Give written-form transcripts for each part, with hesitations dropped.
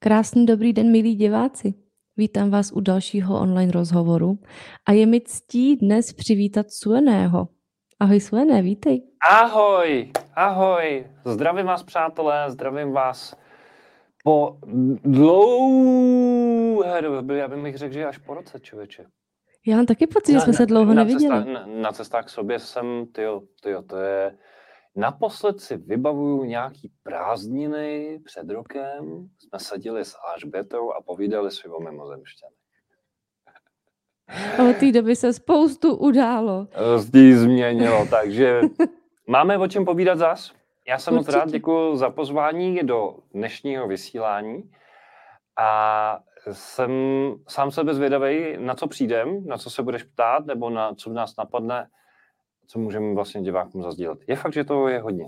Krásný dobrý den, milí diváci. Vítám vás u dalšího online rozhovoru a je mi ctí dnes přivítat Sueného. Ahoj Suené, vítej. Ahoj, ahoj. Zdravím vás, přátelé, zdravím vás po dlouhé době. Já bych řekl, že až po roce, člověče. Já mám taky pocit, že jsme se dlouho neviděli. Na cestách k sobě jsem, tyjo, to je... Naposled si vybavuju nějaký prázdniny před rokem. Jsme seděli s Alžbětou a povídali si o mimozemšťanech. A od té doby se spoustu událo. Zdí změnilo, takže máme o čem povídat zas. Já jsem moc rád, děkuji za pozvání do dnešního vysílání a jsem sám sebe zvědavej, na co přijdem, na co se budeš ptát, nebo na co v nás napadne, co můžeme vlastně divákům zazdílet. Je fakt, že toho je hodně.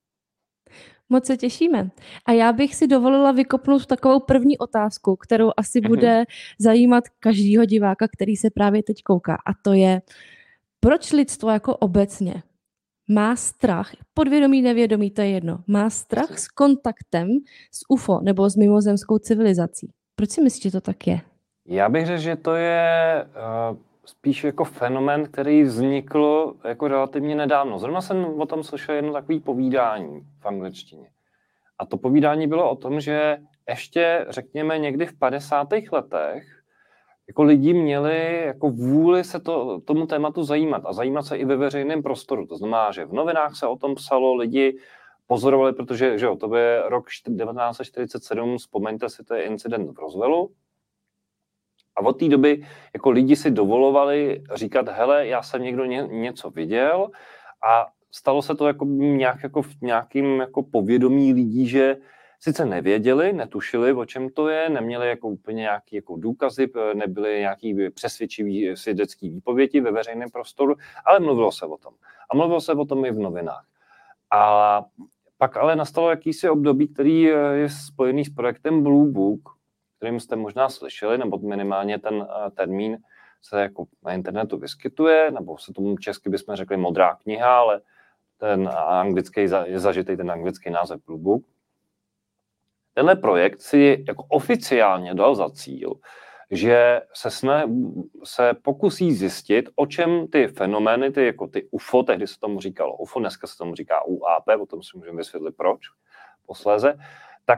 Moc se těšíme. A já bych si dovolila vykopnout takovou první otázku, kterou asi bude zajímat každýho diváka, který se právě teď kouká. A to je, proč lidstvo jako obecně má strach, podvědomí, nevědomí, to je jedno, má strach s kontaktem s UFO nebo s mimozemskou civilizací. Proč si myslíš, že to tak je? Já bych řekl, že to je spíš jako fenomén, který vznikl jako relativně nedávno. Zrovna jsem o tom slyšel jedno takové povídání v angličtině. A to povídání bylo o tom, že ještě, řekněme, někdy v 50. letech jako lidi měli jako vůli se tomu tématu zajímat a zajímat se i ve veřejném prostoru. To znamená, že v novinách se o tom psalo, lidi pozorovali, protože že jo, to byl rok 1947, vzpomeňte si, to je incident v Roswellu. A od té doby jako lidi si dovolovali říkat, hele, já jsem někdo něco viděl a stalo se to jako nějak jako v nějakým jako povědomí lidí, že sice nevěděli, netušili, o čem to je, neměli jako úplně nějaký jako důkazy, nebyly nějaký přesvědčivý svědecký výpovědi ve veřejném prostoru, ale mluvilo se o tom. A mluvilo se o tom i v novinách. A pak ale nastalo jakýsi období, který je spojený s projektem Blue Book, kterým jste možná slyšeli, nebo minimálně ten termín se jako na internetu vyskytuje, nebo se tomu česky bychom řekli modrá kniha, ale ten anglický je zažitý ten anglický název Blue Book. Tenhle projekt si jako oficiálně dal za cíl, že se pokusí zjistit, o čem ty fenomény, ty UFO, tehdy se tomu říkalo UFO, dneska se tomu říká UAP, o tom si můžeme vysvětlit proč posléze, tak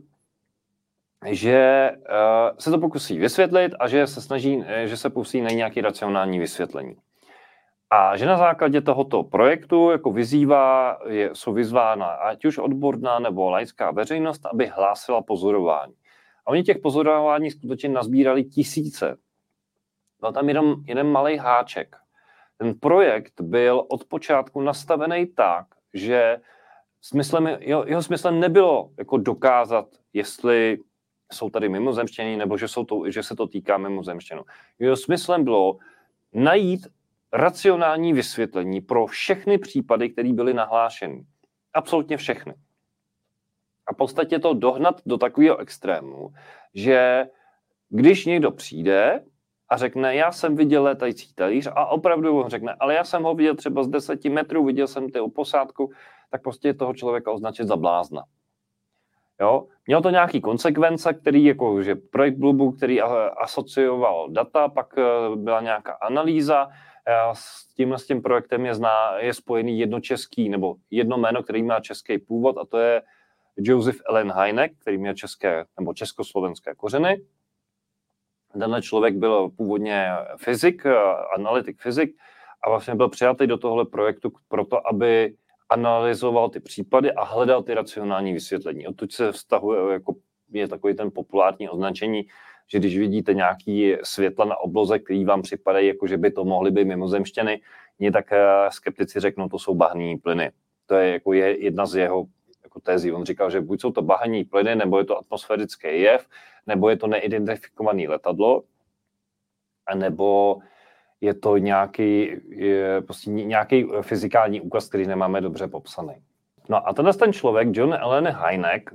že se to pokusí vysvětlit a že se pokusí na nějaké racionální vysvětlení. A že na základě tohoto projektu jako jsou vyzvána ať už odborná nebo laická veřejnost, aby hlásila pozorování. A oni těch pozorování skutečně nazbírali tisíce. Byl tam jeden malý háček. Ten projekt byl od počátku nastavený tak, že jeho smyslem nebylo jako dokázat, jestli jsou tady mimozemštění, nebo že se to týká mimozemštěnů. Jeho smyslem bylo najít racionální vysvětlení pro všechny případy, které byly nahlášeny. Absolutně všechny. A v podstatě to dohnat do takového extrému, že když někdo přijde a řekne, já jsem viděl létající talíř a opravdu on řekne, ale já jsem ho viděl třeba z 10 metrů, viděl jsem tu posádku, tak prostě toho člověka označit za blázna. Jo? Mělo to nějaký konsekvence, že projekt Blue Book, který asocioval data, pak byla nějaká analýza. S tím projektem je spojený jedno jméno, který má český původ, a to je Josef Allen Hynek, který měl československé kořeny. Tenhle člověk byl původně analytik fyzik a vlastně byl přijatý do tohle projektu proto, aby analyzoval ty případy a hledal ty racionální vysvětlení. Odtud se vztahuje, je takový ten populární označení, že když vidíte nějaký světla na obloze, který vám připadají, jako že by to mohly být mimozemštěny, tak skeptici řeknou, to jsou bahní plyny. To je jedna z jeho tezí. On říkal, že buď jsou to bahní plyny, nebo je to atmosférický jev, nebo je to neidentifikované letadlo, nebo je to nějaký fyzikální úkaz, který nemáme dobře popsaný. No a ten člověk, John Allen Hynek,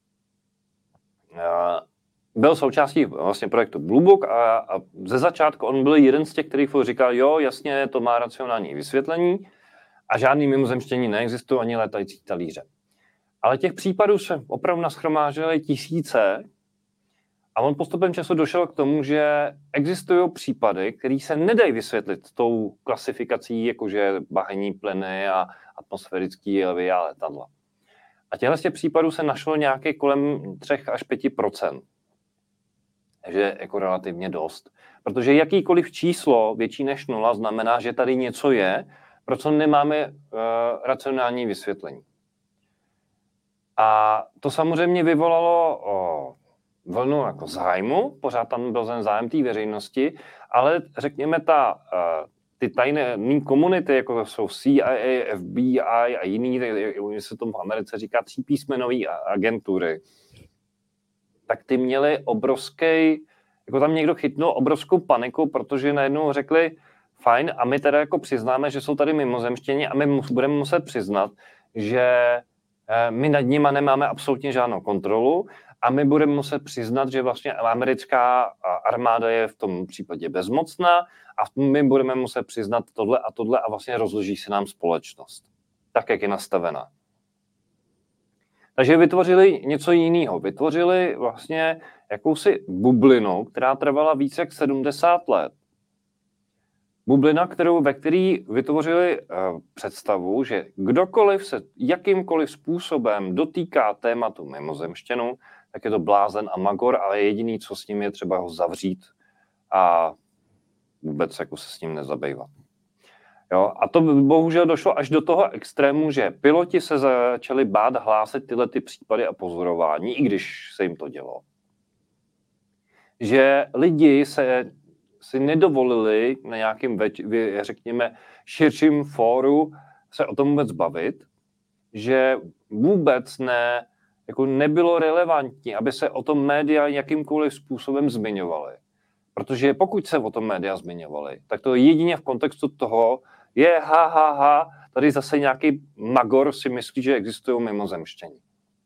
byl součástí vlastně projektu Blue Book a ze začátku on byl jeden z těch, který říkal, jo, jasně, to má racionální vysvětlení a žádný mimozemštění neexistují, ani létající talíře. Ale těch případů se opravdu nashromáždily tisíce A on postupem času došel k tomu, že existují případy, které se nedají vysvětlit tou klasifikací, jakože bahenní plyny a atmosférický jevy a letadla. A těchto případů se našlo nějaké kolem 3-5%. Takže jako relativně dost. Protože jakýkoliv číslo větší než 0 znamená, že tady něco je, pro co nemáme racionální vysvětlení. A to samozřejmě vyvolalo vlnu jako zájmu, pořád tam byl ten zájem té veřejnosti, ale řekněme ty tajné komunity, jako jsou CIA, FBI a jiný, se tomu v Americe říká třípísmenové agentury, tak ty měli obrovský, jako tam někdo chytnul obrovskou paniku, protože najednou řekli, fajn, a my teda jako přiznáme, že jsou tady mimozemštění a my budeme muset přiznat, že my nad nima nemáme absolutně žádnou kontrolu a my budeme muset přiznat, že vlastně americká armáda je v tom případě bezmocná a my budeme muset přiznat tohle a vlastně rozloží se nám společnost, tak, jak je nastavená. Takže vytvořili něco jiného. Vytvořili vlastně jakousi bublinu, která trvala více jak 70 let. Bublina, ve které vytvořili představu, že kdokoliv se jakýmkoliv způsobem dotýká tématu mimozemštěnu, tak je to blázen a magor, ale jediný, co s ním je třeba ho zavřít a vůbec jako se s ním nezabývat. Jo, a to bohužel došlo až do toho extrému, že piloti se začali bát hlásit tyhle ty případy a pozorování, i když se jim to dělo. Že lidi si nedovolili na nějakém, řekněme, širším fóru se o tom vůbec bavit, že vůbec nebylo relevantní, aby se o tom média jakýmkoliv způsobem zmiňovaly. Protože pokud se o tom média zmiňovaly, tak to jedině v kontextu toho je tady zase nějaký magor si myslí, že existují mimozemštění.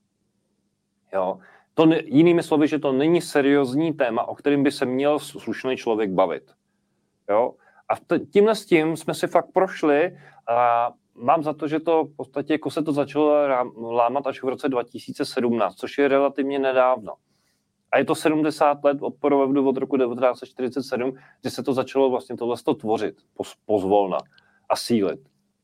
Jo? Jinými slovy, že to není seriózní téma, o kterém by se měl slušný člověk bavit. Jo? A tímhle s tím jsme si fakt prošli a mám za to, že to v podstatě jako se to začalo lámat až v roce 2017, což je relativně nedávno. A je to 70 let opravdu od roku 1947, kdy se to začalo vlastně tohle tvořit pozvolna a sílit.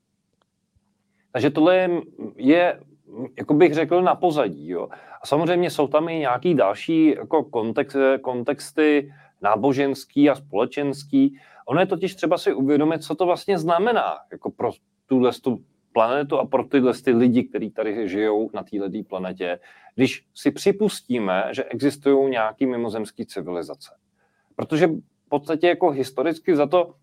Takže tohle je, jako bych řekl, na pozadí. Jo. A samozřejmě jsou tam i nějaký další jako kontexty náboženský a společenský. Ono je totiž třeba si uvědomit, co to vlastně znamená jako pro tuhle planetu a pro tyhle lidi, kteří tady žijou na této planetě, když si připustíme, že existují nějaké mimozemské civilizace. Protože v podstatě jako historicky za to,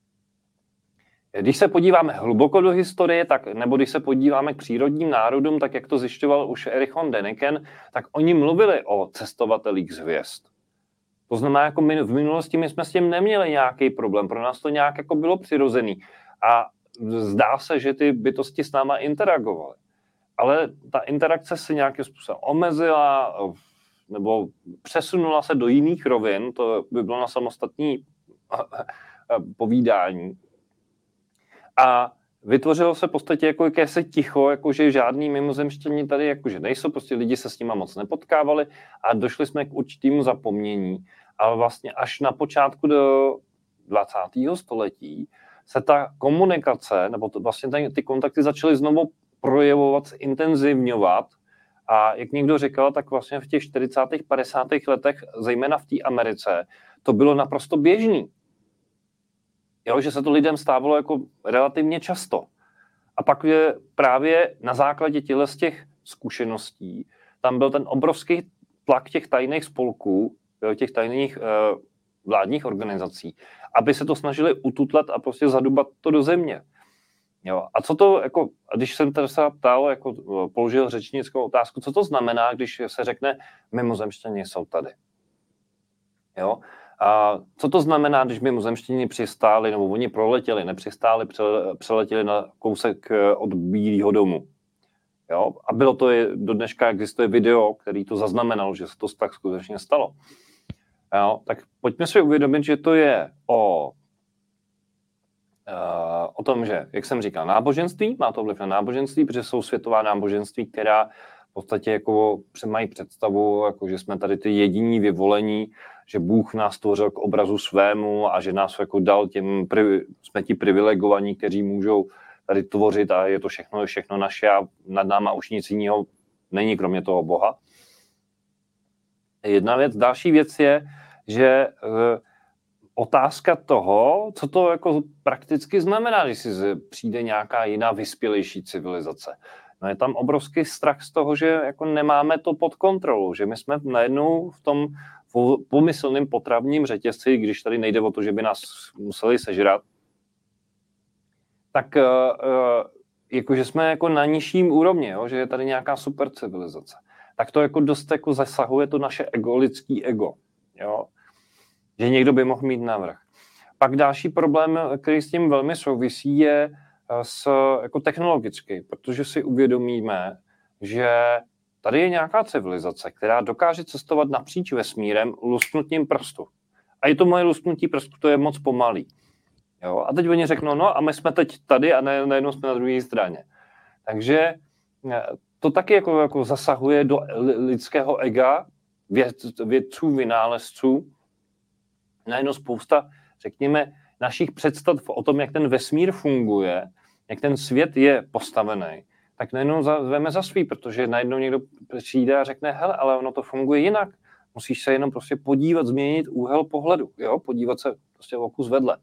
když se podíváme hluboko do historie, nebo když se podíváme k přírodním národům, tak jak to zjišťoval už Erich Däniken, tak oni mluvili o cestovatelích z hvězd. To znamená, jako v minulosti my jsme s tím neměli nějaký problém, pro nás to nějak jako bylo přirozený. A zdá se, že ty bytosti s náma interagovaly. Ale ta interakce se nějakým způsobem omezila nebo přesunula se do jiných rovin, to by bylo na samostatný povídání. A vytvořilo se v podstatě jako jakési ticho, jakože žádný mimozemštění tady jakože nejsou, prostě lidi se s nima moc nepotkávali a došli jsme k určitému zapomnění. Ale vlastně až na počátku do 20. století se ta komunikace, nebo vlastně ty kontakty začaly znovu projevovat, intenzivňovat. A jak někdo říkal, tak vlastně v těch 40. 50. letech, zejména v té Americe, to bylo naprosto běžný. Jo, že se to lidem stávalo jako relativně často. A pak je právě na základě těch zkušeností tam byl ten obrovský tlak těch tajných spolků, těch tajných vládních organizací, aby se to snažili ututlat a prostě zadubat to do země. Jo. A co to, jako, když jsem se ptal, jako, položil řečnickou otázku, co to znamená, když se řekne, mimozemštění jsou tady. Jo. A co to znamená, když mimozemštění přistáli, nebo oni proletěli, nepřistáli, přeletěli na kousek od Bílého domu. Jo. A bylo to, do dneška existuje video, který to zaznamenalo, že se to tak skutečně stalo. Jo. Tak pojďme si uvědomit, že to je o tom, že, jak jsem říkal, náboženství, má to vliv na náboženství, protože jsou světová náboženství, která v podstatě jako mají představu, jako že jsme tady ty jediní vyvolení, že Bůh nás stvořil k obrazu svému a že nás jako dal jsme ti privilegovaní, kteří můžou tady tvořit a je to všechno naše a nad náma už nic jiného není, kromě toho Boha. Jedna věc. Další věc je, že otázka toho, co to jako prakticky znamená, když si přijde nějaká jiná vyspělejší civilizace. No je tam obrovský strach z toho, že jako nemáme to pod kontrolou, že my jsme najednou v tom pomyslném potravním řetězci, když tady nejde o to, že by nás museli sežrat, tak jakože jsme jako na nižším úrovni, jo, že je tady nějaká super civilizace. Tak to jako dost jako zasahuje to naše lidský ego. Jo? Že někdo by mohl mít navrch. Pak další problém, který s tím velmi souvisí, je jako technologický, protože si uvědomíme, že tady je nějaká civilizace, která dokáže cestovat napříč vesmírem lusknutím prstu. A je to moje lusknutí prstu, to je moc pomalý. Jo? A teď oni řeknou, no a my jsme teď tady a najednou jsme na druhé straně. Takže to taky jako zasahuje do lidského ega, vědců, vynálezců. Najednou spousta, řekněme, našich představ o tom, jak ten vesmír funguje, jak ten svět je postavený, tak najednou veme za svý, protože najednou někdo přijde a řekne, hele, ale ono to funguje jinak. Musíš se jenom prostě podívat, změnit úhel pohledu, jo? Podívat se prostě o kus vedle.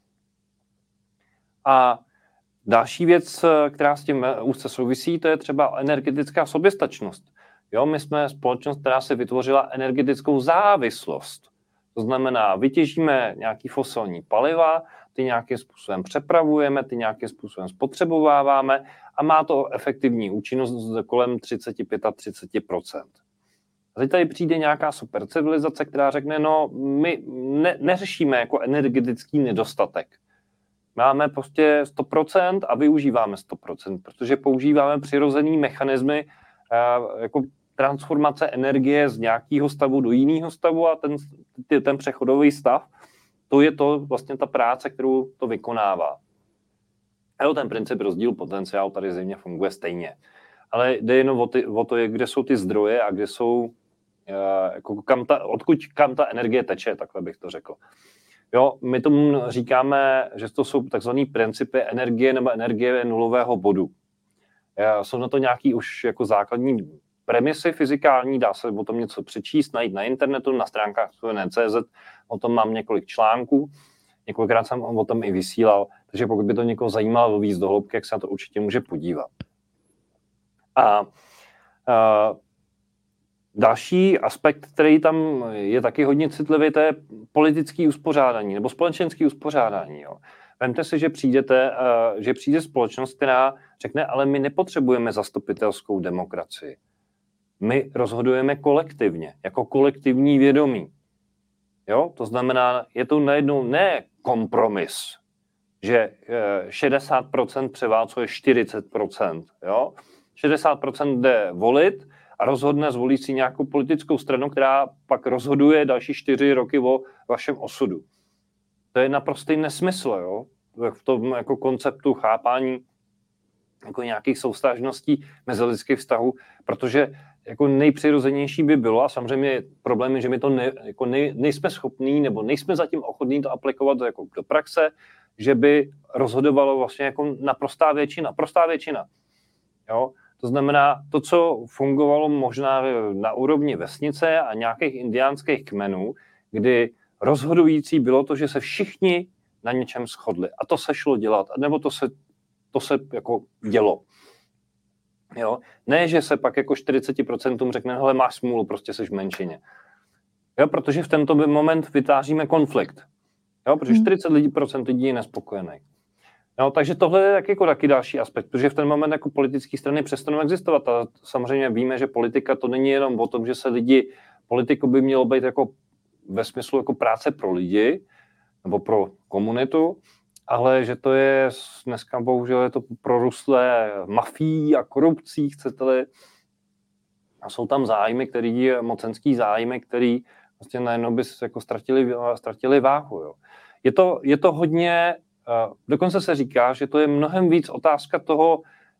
A další věc, která s tím úzce souvisí, to je třeba energetická soběstačnost. Jo, my jsme společnost, která se vytvořila energetickou závislost. To znamená, vytěžíme nějaký fosilní paliva, ty nějakým způsobem přepravujeme, ty nějakým způsobem spotřebováváme a má to efektivní účinnost kolem 35-30%. A teď tady přijde nějaká supercivilizace, která řekne, no my neřešíme jako energetický nedostatek. Máme prostě 100% a využíváme 100%, protože používáme přirozený mechanismy jako transformace energie z nějakého stavu do jiného stavu a ten přechodový stav, to je to vlastně ta práce, kterou to vykonává. A ten princip rozdíl potenciál tady země funguje stejně. Ale jde jenom o to, kde jsou ty zdroje a kde jsou, jako kam ta energie teče, takhle bych to řekl. Jo, my tomu říkáme, že to jsou takzvané principy energie nebo energie nulového bodu. Jsou na to nějaký už jako základní premisy fyzikální, dá se o tom něco přečíst, najít na internetu, na stránkách CZ, o tom mám několik článků, několikrát jsem o tom i vysílal, takže pokud by to někoho zajímalo víc do hloubky, jak se na to určitě může podívat. A další aspekt, který tam je taky hodně citlivý, to je politické uspořádání nebo společenské uspořádání. Jo. Vemte si, že přijde společnost, která řekne, ale my nepotřebujeme zastupitelskou demokracii. My rozhodujeme kolektivně, jako kolektivní vědomí. Jo? To znamená, je to najednou ne kompromis, že 60% převálcuje 40%. Jo? 60% jde volit a rozhodne, zvolí si nějakou politickou stranu, která pak rozhoduje další 4 roky o vašem osudu. To je naprostý nesmysl, jo? V tom jako konceptu chápání jako nějakých souvztažností mezilidských vztahů, protože jako nejpřirozenější by bylo, a samozřejmě problém je, že my to nejsme schopní nebo nejsme zatím ochotní to aplikovat jako do praxe, že by rozhodovalo vlastně jako naprostá většina. Jo? To znamená, to, co fungovalo možná na úrovni vesnice a nějakých indiánských kmenů, kdy rozhodující bylo to, že se všichni na něčem shodli. A to se šlo dělat, nebo to se jako dělo. Jo? Ne, že se pak jako 40% řekne, hele, máš smůlu, prostě jsi v menšině. Jo? Protože v tento moment vytváříme konflikt. Jo? Protože 40% lidí je nespokojených. No, takže tohle je taky další aspekt, protože v ten moment jako politické strany přestanou existovat. A samozřejmě víme, že politika to není jenom o tom, že se politiko by mělo být jako ve smyslu jako práce pro lidi nebo pro komunitu, ale že to je dneska bohužel je to prorostlé mafií a korupcí, chcete-li. A jsou tam zájmy, mocenský zájmy, který vlastně najednou by jako ztratili váhu. Jo. Je to hodně, dokonce se říká, že to je mnohem víc otázka toho,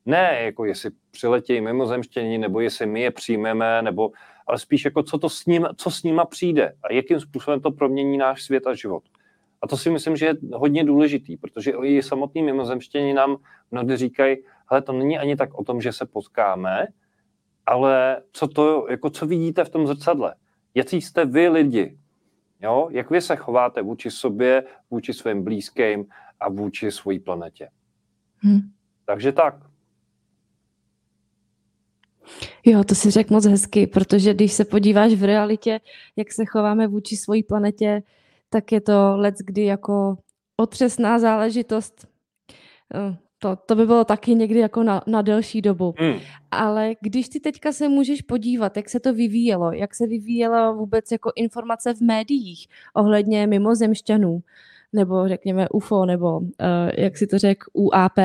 Ne jako jestli přiletějí mimozemštění, nebo jestli my je přijmeme, nebo, ale spíš jako co s nima přijde a jakým způsobem to promění náš svět a život. A to si myslím, že je hodně důležitý, protože i samotný mimozemštění nám mnohdy říkají, hele, to není ani tak o tom, že se potkáme, ale co vidíte v tom zrcadle? Jaký jste vy lidi? Jo? Jak vy se chováte vůči sobě, vůči svým blízkým a vůči své planetě? Takže tak. Jo, to si řekl moc hezky, protože když se podíváš v realitě, jak se chováme vůči své planetě, tak je to leckdy jako otřesná záležitost. To by bylo taky někdy jako na delší dobu. Ale když ty teďka se můžeš podívat, jak se to vyvíjelo, jak se vyvíjela vůbec jako informace v médiích ohledně mimozemšťanů, nebo řekněme UFO, nebo jak si to řekl, UAP.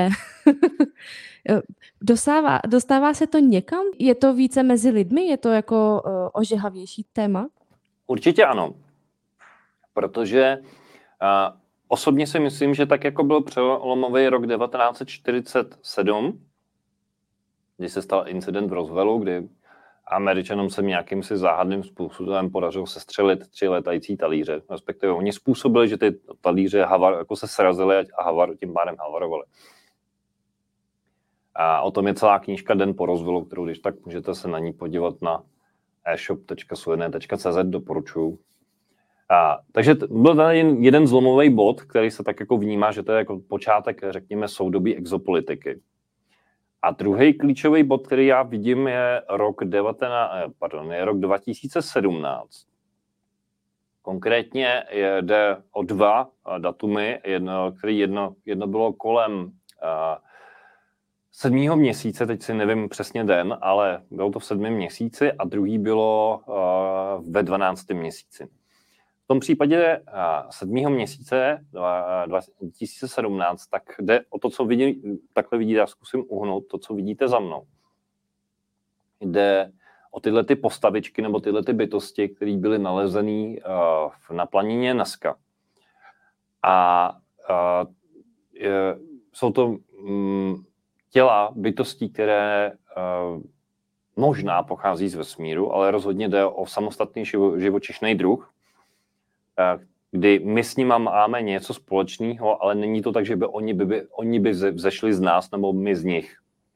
Dostává se to někam? Je to více mezi lidmi? Je to jako ožehavější téma? Určitě ano. Protože osobně si myslím, že tak jako byl přelomový rok 1947, kdy se stal incident v Roswellu, kdy Američanům se nějakým si záhadným způsobem podařilo sestřelit 3 letající talíře. Respektive oni způsobili, že ty talíře jako se srazily a tím pádem havarovaly. A o tom je celá knížka Den po Roswellu, kterou když tak můžete se na ní podívat na e-shop.sujedné.cz, doporučuju. Takže byl tady jeden zlomový bod, který se tak jako vnímá, že to je jako počátek, řekněme, soudobí exopolitiky. A druhý klíčový bod, který já vidím, je rok 2017. Konkrétně jde o 2 datumy, jedno bylo kolem 7. měsíce, teď si nevím přesně den, ale bylo to v 7. měsíci a druhý bylo ve 12. měsíci. V tom případě 7. měsíce 2017, tak jde o to, co takhle vidíte, já zkusím uhnout to, co vidíte za mnou. Jde o tyhle ty postavičky nebo tyhle ty bytosti, které byly nalezené na planině Nazca. A jsou to těla bytostí, které možná pochází z vesmíru, ale rozhodně jde o samostatný živočišný druh, kdy my s nimi máme něco společného, ale není to tak, že by oni by vzešli z nás nebo my z nich.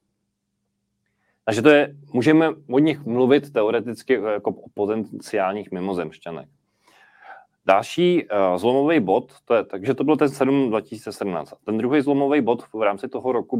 Takže můžeme od nich mluvit teoreticky jako o potenciálních mimozemšťanech. Další zlomový bod, takže to byl ten 2017. Ten druhý zlomový bod v rámci toho roku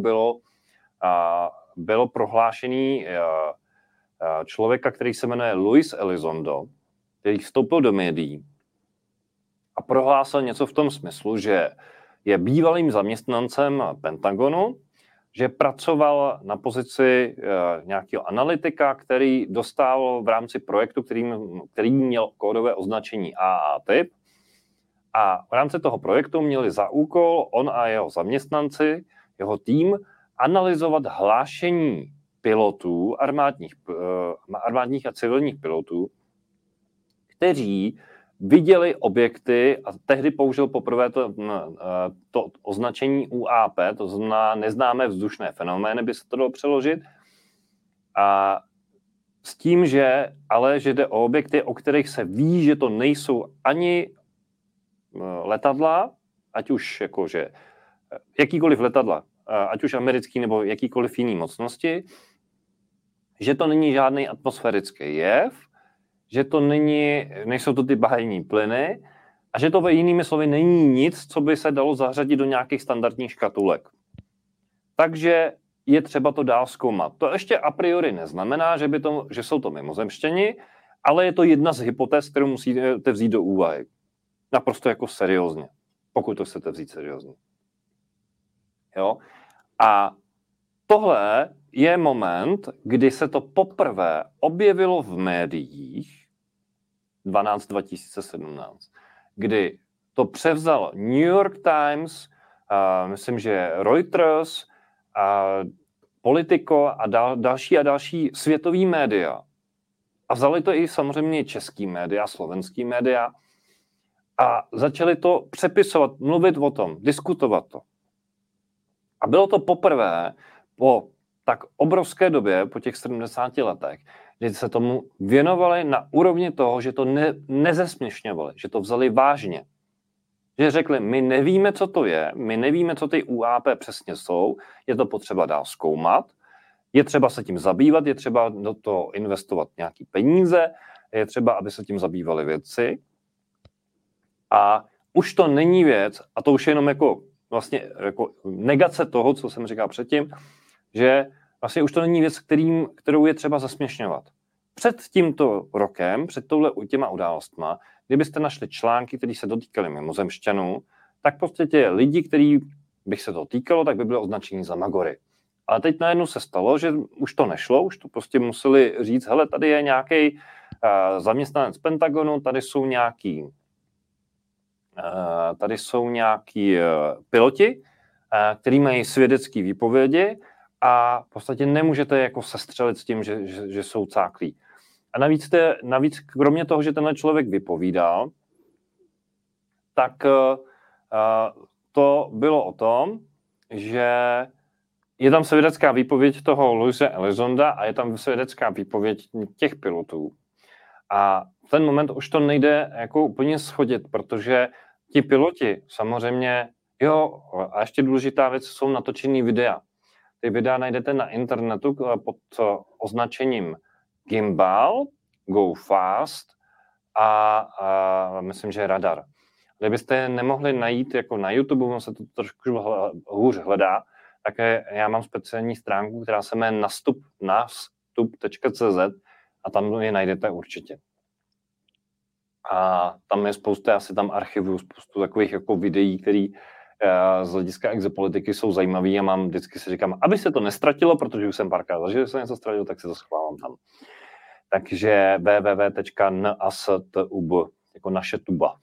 bylo prohlášení člověka, který se jmenuje Luis Elizondo, který vstoupil do médií a prohlásil něco v tom smyslu, že je bývalým zaměstnancem Pentagonu, že pracoval na pozici nějakého analytika, který dostal v rámci projektu, který měl kódové označení AA typ. A v rámci toho projektu měli za úkol on a jeho zaměstnanci, jeho tým, analyzovat hlášení pilotů, armádních a civilních pilotů, kteří viděli objekty a tehdy použil poprvé to označení UAP, to znamená neznámé vzdušné fenomény, by se to dalo přeložit. A s tím, že jde o objekty, o kterých se ví, že to nejsou ani letadla, ať už jakože jakýkoliv letadla, ať už americký nebo jakýkoliv jiný mocnosti, že to není žádný atmosférický jev, že to nejsou to ty bahejní plyny a že to ve jinými slovy není nic, co by se dalo zařadit do nějakých standardních škatulek. Takže je třeba to dál zkoumat. To ještě a priori neznamená, že jsou to mimozemštěni, ale je to jedna z hypotéz, kterou musíte vzít do úvahy. Naprosto jako seriózně, pokud to chcete vzít seriózně. Jo? A tohle je moment, kdy se to poprvé objevilo v médiích 2017, kdy to převzal New York Times, myslím, že Reuters, Politico a další světový média. A vzali to i samozřejmě český média, slovenský média a začali to přepisovat, mluvit o tom, diskutovat to. A bylo to poprvé po tak obrovské době, po těch 70 letech, kdy se tomu věnovali na úrovni toho, že to nezesměšňovali, že to vzali vážně. Že řekli, my nevíme, co to je, my nevíme, co ty UAP přesně jsou, je to potřeba dál zkoumat, je třeba se tím zabývat, je třeba do toho investovat nějaký peníze, je třeba, aby se tím zabývali vědci. A už to není věc, a to už je jenom jako negace toho, co jsem říkal předtím, že vlastně už to není věc, kterou je třeba zasměšňovat. Před tímto rokem, před těma událostma, kdybyste našli články, které se dotýkaly mimozemšťanů, tak prostě lidi, který bych se to týkalo, tak by byly označení za magory. Ale teď najednou se stalo, že už to nešlo, už to prostě museli říct, hele, tady je nějaký zaměstnanec Pentagonu, tady jsou nějaký piloti, který mají svědecký výpovědi a v podstatě nemůžete jako sestřelit s tím, že jsou cáklí. A navíc kromě toho, že tenhle člověk vypovídal, tak to bylo o tom, že je tam svědecká výpověď toho Luise Elizonda a je tam svědecká výpověď těch pilotů. A v ten moment už to nejde jako úplně shodit, protože ti piloti samozřejmě, a ještě důležitá věc, jsou natočený videa. Ty videa najdete na internetu pod označením Gimbal, Go Fast a myslím, že Radar. Kdybyste je nemohli najít jako na YouTube, on se to trošku hůř hledá, tak já mám speciální stránku, která se jmenuje nastup.cz a tam je najdete určitě. A tam je spousta, asi tam archivuju spoustu takových jako videí, které z hlediska exopolitiky jsou zajímavý a vždycky si říkám, aby se to nestratilo, protože už jsem párkrát zažil, že se něco ztratilo, tak si to schovávám tam. Takže www.nastub, jako naše tuba.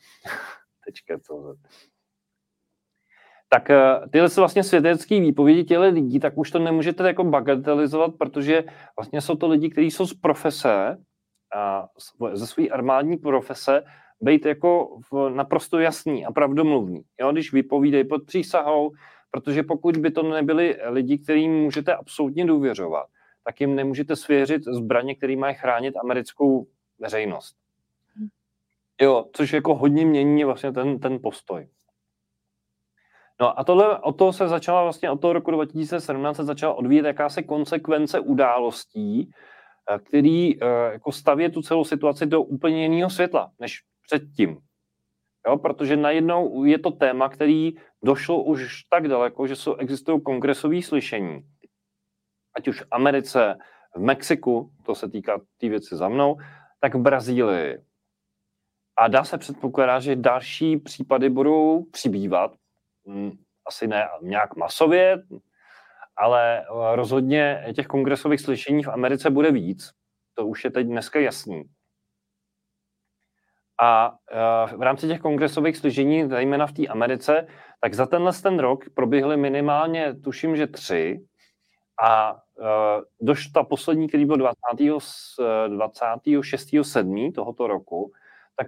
Tak tyhle jsou vlastně svědecké výpovědi těchto lidí, tak už to nemůžete jako bagatelizovat, protože vlastně jsou to lidi, kteří jsou z profese, ze své armádní profese, být jako naprosto jasný a pravdomluvný. Jo, když vypovídají pod přísahou, protože pokud by to nebyli lidi, kterým můžete absolutně důvěřovat, tak jim nemůžete svěřit zbraně, které mají chránit americkou veřejnost. Jo, což jako hodně mění vlastně ten postoj. No a od toho se začala vlastně od toho roku 2017 se začala odvíjet jakási konsekvence událostí, který jako staví tu celou situaci do úplně jiného světla než předtím. Jo, protože najednou je to téma, který došlo už tak daleko, že existují kongresové slyšení. Ať už v Americe, v Mexiku, to se týká té věci za mnou, tak v Brazílii. A dá se předpokládat, že další případy budou přibývat. Asi ne nějak masově, ale rozhodně těch kongresových slyšení v Americe bude víc. To už je teď dneska jasný. A v rámci těch kongresových slyšení, zejména v té Americe, tak za ten rok proběhly minimálně, tuším, že 3. A ta poslední, který byl 26.7. tohoto roku, tak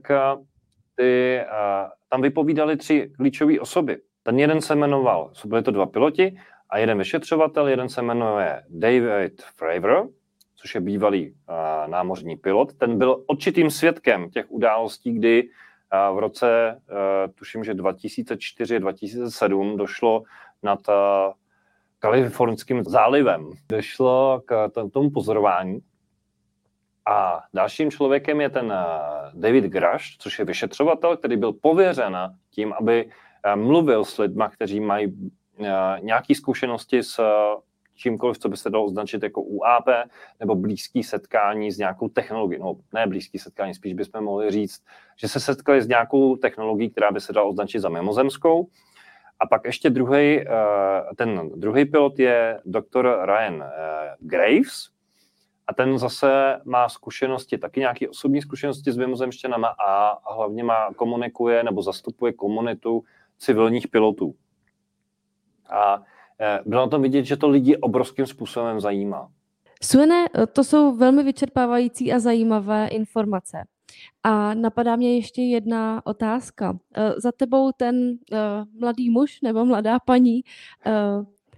tam vypovídali 3 klíčové osoby. Ten jeden se jmenoval, byli to 2 piloti a jeden vyšetřovatel, jeden se jmenuje David Fravor, což je bývalý námořní pilot. Ten byl určitým svědkem těch událostí, kdy v roce, tuším, že 2004-2007 došlo nad Kalifornským zálivem. Došlo k tomu pozorování. A dalším člověkem je ten David Grush, což je vyšetřovatel, který byl pověřen tím, aby mluvil s lidmi, kteří mají nějaké zkušenosti s čímkoliv, co by se dalo označit jako UAP, nebo blízký setkání s nějakou technologií. No, ne blízký setkání, spíš bychom mohli říct, že se setkali s nějakou technologií, která by se dala označit za mimozemskou. A pak ještě ten druhý pilot je doktor Ryan Graves, a ten zase má zkušenosti, taky nějaké osobní zkušenosti s mimozemšťanama a hlavně komunikuje nebo zastupuje komunitu civilních pilotů. A bylo na tom vidět, že to lidi obrovským způsobem zajímá. Suene, to jsou velmi vyčerpávající a zajímavé informace. A napadá mě ještě jedna otázka. Za tebou ten mladý muž nebo mladá paní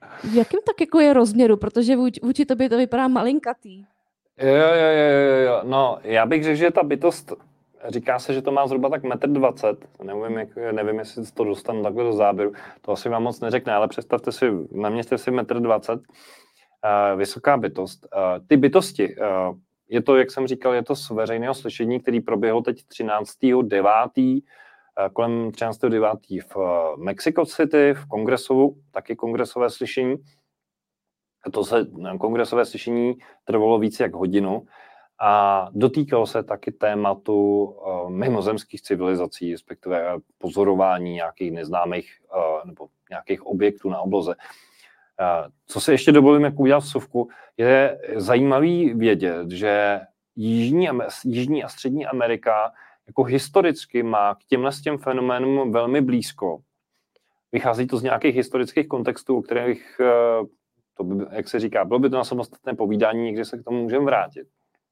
V jakém tak jako je rozměru? Protože vůči tobě to vypadá malinkatý. Jo. No, já bych řekl, že ta bytost, říká se, že to má zhruba tak 1,20 m. Nevím, jestli to dostanu takhle do záběru. To asi vám moc neřekne, ale představte si, naměřte si 1,20 m. Vysoká bytost. Ty bytosti, je to, jak jsem říkal, je to z veřejného slyšení, který proběhlo teď 13.9. kolem 13.9. v Mexico City, v Kongresu, taky kongresové slyšení. Kongresové slyšení trvalo více jak hodinu a dotýkalo se taky tématu mimozemských civilizací, respektive pozorování nějakých neznámých nebo nějakých objektů na obloze. Co si ještě dovolím jako udělat vsuvku, je zajímavý vědět, že Jižní a Střední Amerika jako historicky má k těm fenoménům velmi blízko. Vychází to z nějakých historických kontextů, o kterých, to by, jak se říká, bylo by to na samostatné povídání, někdy se k tomu můžeme vrátit.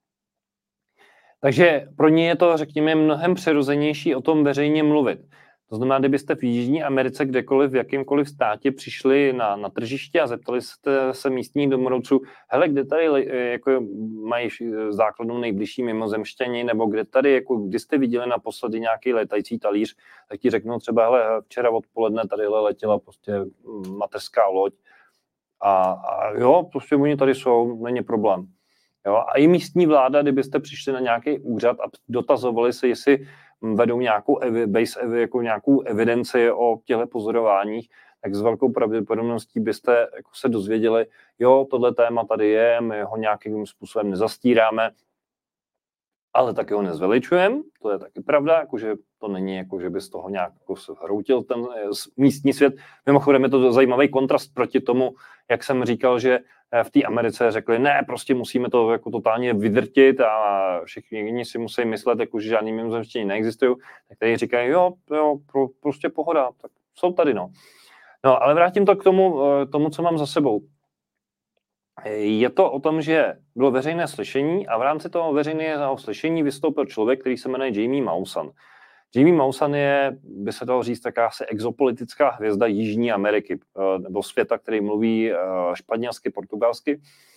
Takže pro ně je to, řekněme, mnohem přirozenější o tom veřejně mluvit. To znamená, kdybyste v Jižní Americe kdekoliv, v jakýmkoliv státě přišli na tržiště a zeptali jste se místních domorodců, hele, kde tady jako mají základnu nejbližší mimozemšťani, nebo kde tady, jako, kdy jste viděli naposledy nějaký letající talíř, tak ti řeknou třeba, hele, včera odpoledne tady letěla prostě mateřská loď a jo, prostě oni tady jsou, není problém. Jo? A i místní vláda, kdybyste přišli na nějaký úřad a dotazovali se, jestli vedou nějakou jako nějakou evidenci o těchto pozorováních, tak s velkou pravděpodobností byste jako se dozvěděli, jo, tohle téma tady je, my ho nějakým způsobem nezastíráme, ale taky ho nezveličujeme, to je taky pravda, jakože to není jako, že by z toho nějak jako se hroutil ten místní svět. Mimochodem je to zajímavý kontrast proti tomu, jak jsem říkal, že v té Americe řekli, ne, prostě musíme to jako totálně vydrtit a všichni si musí myslet, jako, že žádný mimozemštění neexistují, tak tady říkají, jo, prostě pohoda, tak jsou tady, no. No, ale vrátím to k tomu, co mám za sebou. Je to o tom, že bylo veřejné slyšení a v rámci toho veřejného slyšení vystoupil člověk, který se jmenuje Jamie Maussan. Jamie Maussan je, by se dalo říct, taká asi exopolitická hvězda Jižní Ameriky, nebo světa, který mluví španělsky, portugalsky.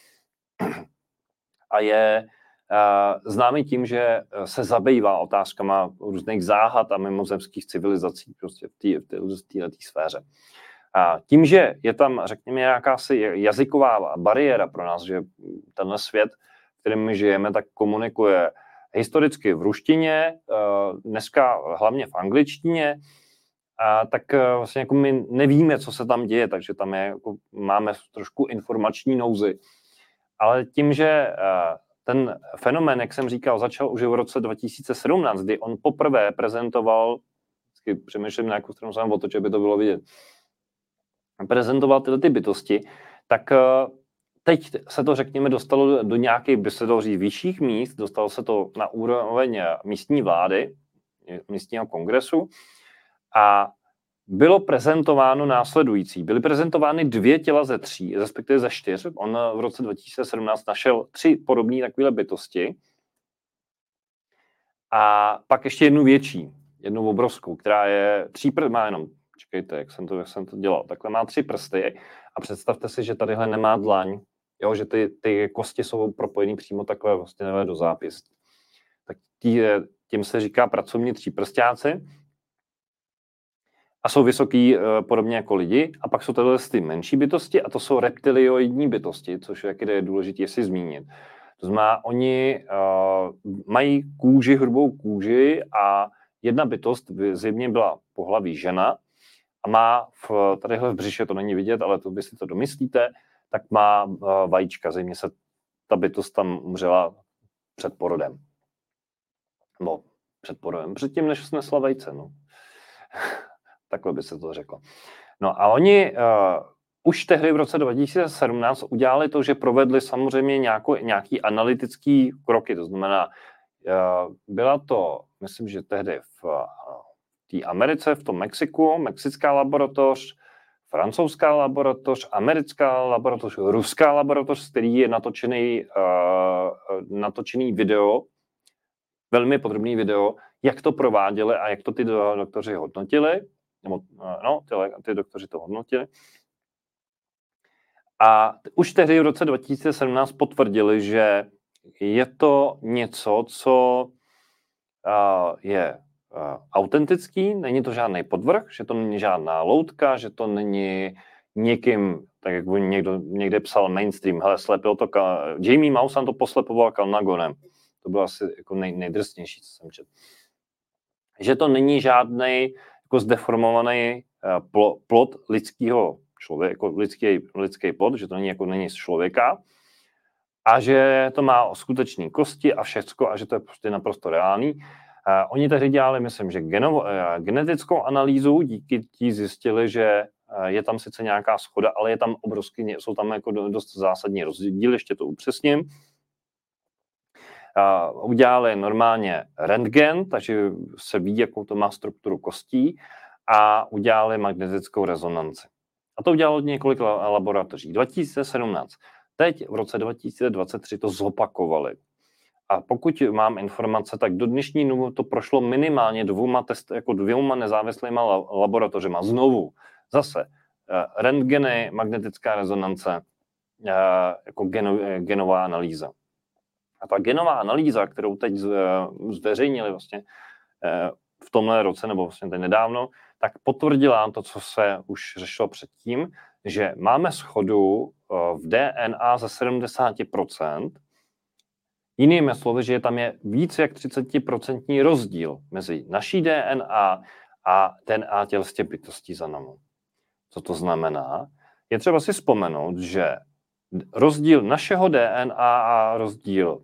A je známý tím, že se zabývá otázkama různých záhad a mimozemských civilizací prostě v této sféře. A tím, že je tam, řekněme, jakási jazyková bariéra pro nás, že tenhle svět, v kterém my žijeme, tak komunikuje historicky v ruštině, dneska hlavně v angličtině, tak vlastně jako my nevíme, co se tam děje, takže tam máme trošku informační nouzi. Ale tím, že ten fenomén, jak jsem říkal, začal už v roce 2017, kdy on poprvé prezentoval, přemýšlím na jakou stranu jsem otočil, aby to bylo vidět, prezentoval tyhle ty bytosti, tak teď se to, řekněme, dostalo do nějakých, by se dalo říct, vyšších míst, dostalo se to na úroveň místní vlády, místního kongresu a bylo prezentováno následující. Byly prezentovány 2 těla ze 3, respektive ze 4. On v roce 2017 našel 3 podobné takové bytosti a pak ještě jednu větší, jednu obrovskou, která je má jenom, čekejte, jak jsem to dělal, takhle má 3 prsty a představte si, že tadyhle nemá dlaň, jo, že ty kosti jsou propojený přímo takhle vlastně do zápěstí. Tak tím se říká pracovní 3prstáci a jsou vysoký podobně jako lidi a pak jsou tyhle ty menší bytosti a to jsou reptilioidní bytosti, což je důležité si zmínit. To znamená, oni mají hrubou kůži a jedna bytost zjevně byla pohlaví žena a má tadyhle v břiše, to není vidět, ale to by si to domyslíte, tak má vajíčka, zřejmě se ta bytost tam umřela před porodem. No, před porodem, předtím, než snesla vejce, no. Takhle by se to řeklo. No a oni už tehdy v roce 2017 udělali to, že provedli samozřejmě nějaký analytický kroky, to znamená, byla to, myslím, že tehdy v té Americe, v tom Mexiku, mexická laboratoř, francouzská laboratoř, americká laboratoř, ruská laboratoř, z který je natočený video, velmi podrobný video, jak to prováděli a jak to ty doktoři hodnotili, nebo ty doktoři to hodnotili. A už tehdy v roce 2017 potvrdili, že je to něco, co je autentický, není to žádný podvrh, že to není žádná loutka, že to není někým, tak jak někdo někde psal mainstream, hele, slepil to, Jamie Maussan to poslepoval Carnagonem. To bylo asi jako nejdrsnější, co jsem četl. Že to není žádný jako zdeformovaný plod lidského člověka, jako lidský plod, že to není jako není z člověka, a že to má skutečné kosti a všecko a že to je prostě naprosto reálný. Oni tehdy dělali, myslím, že genetickou analýzu, díky tí zjistili, že je tam sice nějaká shoda, ale je tam jsou tam jako dost zásadní rozdíly, ještě to upřesním. Udělali normálně rentgen, takže se ví, jakou to má strukturu kostí, a udělali magnetickou rezonanci. A to udělalo několik laboratoří. 2017. Teď v roce 2023 to zopakovali. A pokud mám informace, tak do dnešní doby to prošlo minimálně dvěma nezávislýma laboratořema. Znovu, zase, rentgeny, magnetická rezonance, jako genová analýza. A ta genová analýza, kterou teď zveřejnili vlastně v tomhle roce, nebo vlastně teď nedávno, tak potvrdila to, co se už řešilo předtím, že máme shodu v DNA ze 70%, jinými slovy, že tam je více jak 30% rozdíl mezi naší DNA a DNA tělestě bytostí za námi. Co to znamená? Je třeba si vzpomenout, že rozdíl našeho DNA a rozdíl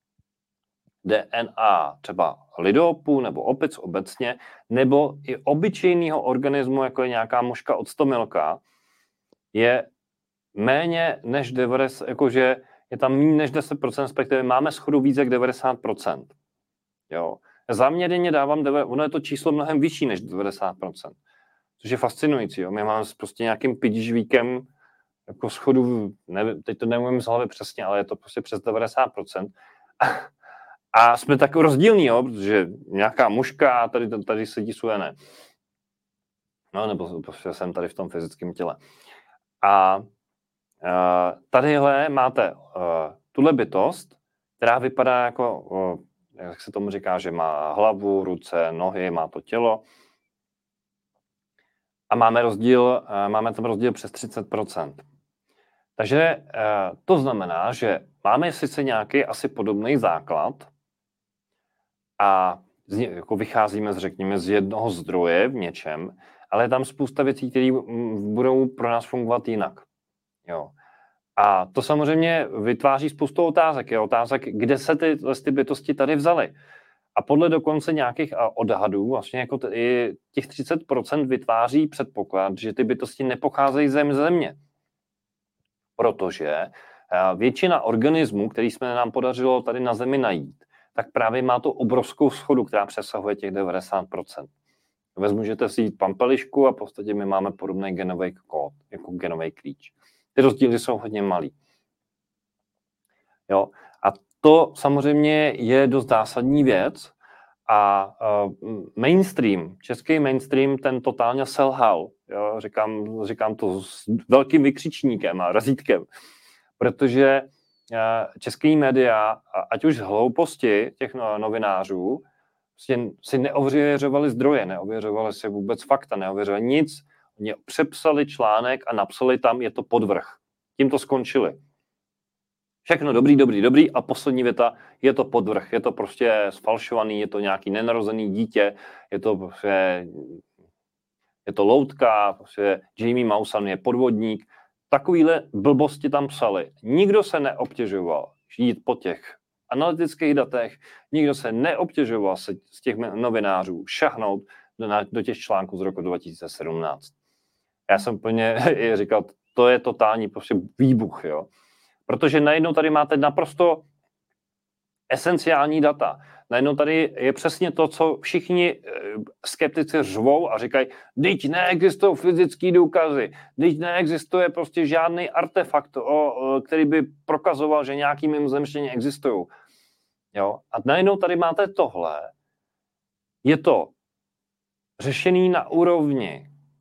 DNA třeba lidoopů nebo opic obecně, nebo i obyčejného organismu, jako je nějaká muška octomilka, je méně než 90%, jakože je tam méně než 10%, respektive máme shodu víc jak 90%. Jo. Záměrně dávám, ono je to číslo mnohem vyšší než 90%, což je fascinující. Jo. My máme s prostě nějakým pidžvíkem jako schodu, nevím, teď to nevím z hlavy přesně, ale je to prostě přes 90%. A jsme tak rozdílní, jo, protože nějaká muška a tady sedí sujené. No, nebo prostě jsem tady v tom fyzickém těle. A tadyhle máte tuhle bytost, která vypadá jako, jak se tomu říká, že má hlavu, ruce, nohy, má to tělo. A máme tam rozdíl přes 30%. Takže to znamená, že máme sice nějaký asi podobný základ a jako vycházíme řekněme z jednoho zdroje v něčem, ale je tam spousta věcí, které budou pro nás fungovat jinak. Jo. A to samozřejmě vytváří spoustu otázek. Je otázek, kde se ty bytosti tady vzaly. A podle dokonce nějakých odhadů, vlastně jako těch 30% vytváří předpoklad, že ty bytosti nepocházejí ze země. Protože většina organismů, který jsme nám podařilo tady na Zemi najít, tak právě má tu obrovskou shodu, která přesahuje těch 90%. Můžete si jít pampelišku a v podstatě my máme podobný genový kód, jako genový klíč. Ty rozdíly jsou hodně malý. Jo? A to samozřejmě je dost zásadní věc a mainstream, český mainstream, ten totálně selhal. Jo? Říkám to s velkým vykřičníkem a razítkem, protože český média, ať už z hlouposti těch novinářů, si neověřovali zdroje, neověřovali si vůbec fakta, neověřovali nic. Oni přepsali článek a napsali tam, je to podvrh. Tím to skončili. Všechno dobrý a poslední věta, je to podvrh, je to prostě sfalšovaný, je to nějaký nenarozený dítě, je to loutka, prostě Jamie Maussan je podvodník. Takovýhle blbosti tam psali. Nikdo se neobtěžoval jít po těch analytických datech, nikdo se neobtěžoval se z těch novinářů šahnout do těch článků z roku 2017. Já jsem úplně říkal, to je totální prostě výbuch, jo. Protože najednou tady máte naprosto esenciální data. Najednou tady je přesně to, co všichni skeptici řvou a říkají, teď neexistují fyzické důkazy, teď neexistuje prostě žádný artefakt, který by prokazoval, že nějaký mimozemštění existují. Jo? A najednou tady máte tohle. Je to řešený na úrovni